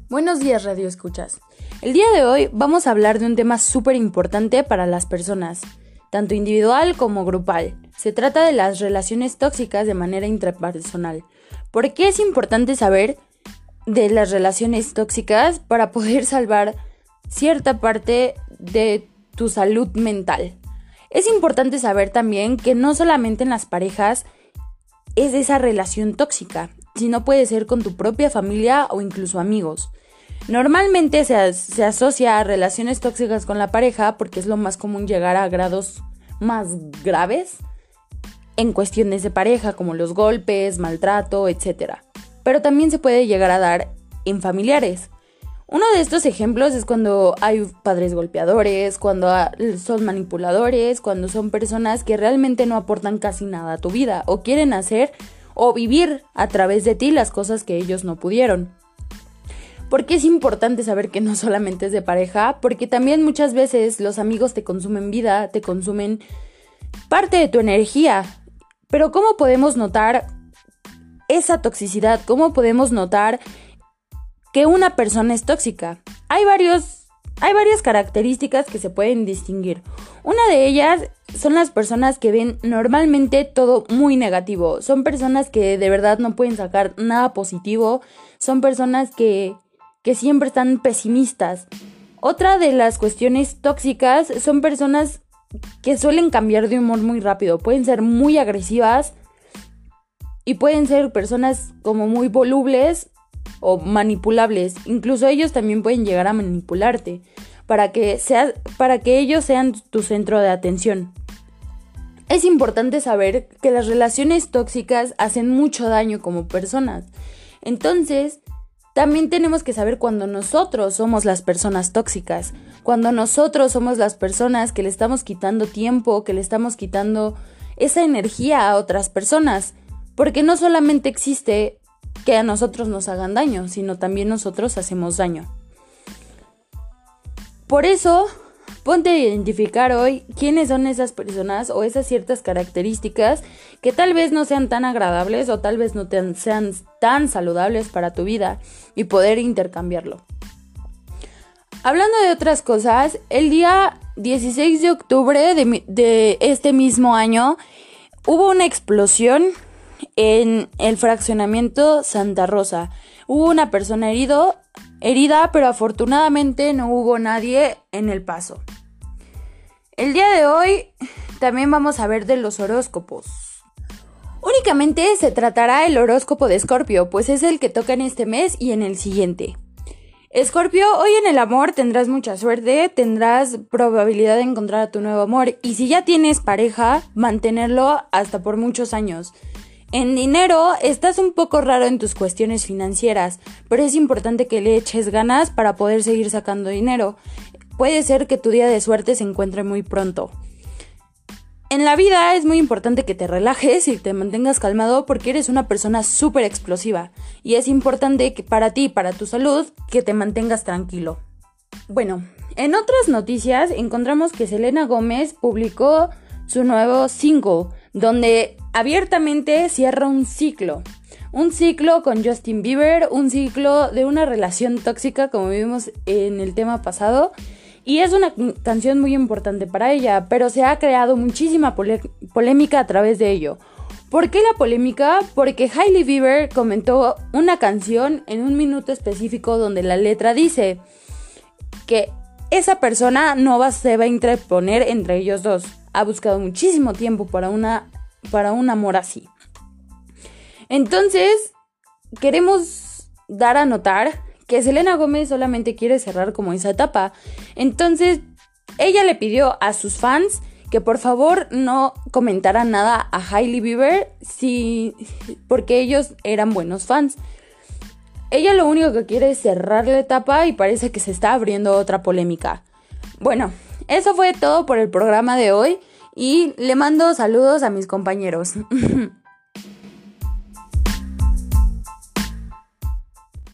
Buenos días, Radio Escuchas. El día de hoy vamos a hablar de un tema súper importante para las personas, tanto individual como grupal. Se trata de las relaciones tóxicas de manera intrapersonal. ¿Por qué es importante saber de las relaciones tóxicas para poder salvar cierta parte de tu salud mental? Es importante saber también que no solamente en las parejas es esa relación tóxica, sino puede ser con tu propia familia o incluso amigos. Normalmente se asocia a relaciones tóxicas con la pareja porque es lo más común llegar a grados más graves en cuestiones de pareja, como los golpes, maltrato, etc. Pero también se puede llegar a dar en familiares. Uno de estos ejemplos es cuando hay padres golpeadores, cuando son manipuladores, cuando son personas que realmente no aportan casi nada a tu vida o quieren hacer o vivir a través de ti las cosas que ellos no pudieron. Porque es importante saber que no solamente es de pareja, porque también muchas veces los amigos te consumen vida, te consumen parte de tu energía. Pero ¿cómo podemos notar esa toxicidad? ¿Cómo podemos notar que una persona es tóxica? Hay varias características que se pueden distinguir. Una de ellas son las personas que ven normalmente todo muy negativo. Son personas que de verdad no pueden sacar nada positivo. Son personas que siempre están pesimistas. Otra de las cuestiones tóxicas son personas que suelen cambiar de humor muy rápido. Pueden ser muy agresivas y pueden ser personas como muy volubles o manipulables. Incluso ellos también pueden llegar a manipularte para que ellos sean tu centro de atención. Es importante saber que las relaciones tóxicas hacen mucho daño como personas. Entonces, también tenemos que saber cuando nosotros somos las personas tóxicas, cuando nosotros somos las personas que le estamos quitando tiempo, que le estamos quitando esa energía a otras personas, porque no solamente existe que a nosotros nos hagan daño, sino también nosotros hacemos daño. Por eso, ponte a identificar hoy quiénes son esas personas o esas ciertas características que tal vez no sean tan agradables o tal vez no sean tan saludables para tu vida y poder intercambiarlo. Hablando de otras cosas, el día 16 de octubre de este mismo año hubo una explosión en el fraccionamiento Santa Rosa. Hubo una persona herida, pero afortunadamente no hubo nadie en el paso. El día de hoy también vamos a ver de los horóscopos. Únicamente se tratará el horóscopo de Escorpio, pues es el que toca en este mes y en el siguiente. Escorpio, hoy en el amor tendrás mucha suerte, tendrás probabilidad de encontrar a tu nuevo amor y si ya tienes pareja, mantenerlo hasta por muchos años. En dinero, estás un poco raro en tus cuestiones financieras, pero es importante que le eches ganas para poder seguir sacando dinero. Puede ser que tu día de suerte se encuentre muy pronto. En la vida es muy importante que te relajes y te mantengas calmado porque eres una persona súper explosiva y es importante que para ti y para tu salud que te mantengas tranquilo. Bueno, en otras noticias encontramos que Selena Gómez publicó su nuevo single, donde abiertamente cierra un ciclo con Justin Bieber, un ciclo de una relación tóxica como vimos en el tema pasado. Y es una canción muy importante para ella, pero se ha creado muchísima polémica a través de ello. ¿Por qué la polémica? Porque Hailey Bieber comentó una canción en un minuto específico donde la letra dice que esa persona se va a interponer entre ellos dos. Ha buscado muchísimo tiempo para un amor así. Entonces, queremos dar a notar que Selena Gómez solamente quiere cerrar como esa etapa. Entonces, ella le pidió a sus fans que por favor no comentaran nada a Hailey Bieber porque ellos eran buenos fans. Ella lo único que quiere es cerrar la etapa y parece que se está abriendo otra polémica. Bueno, eso fue todo por el programa de hoy y le mando saludos a mis compañeros.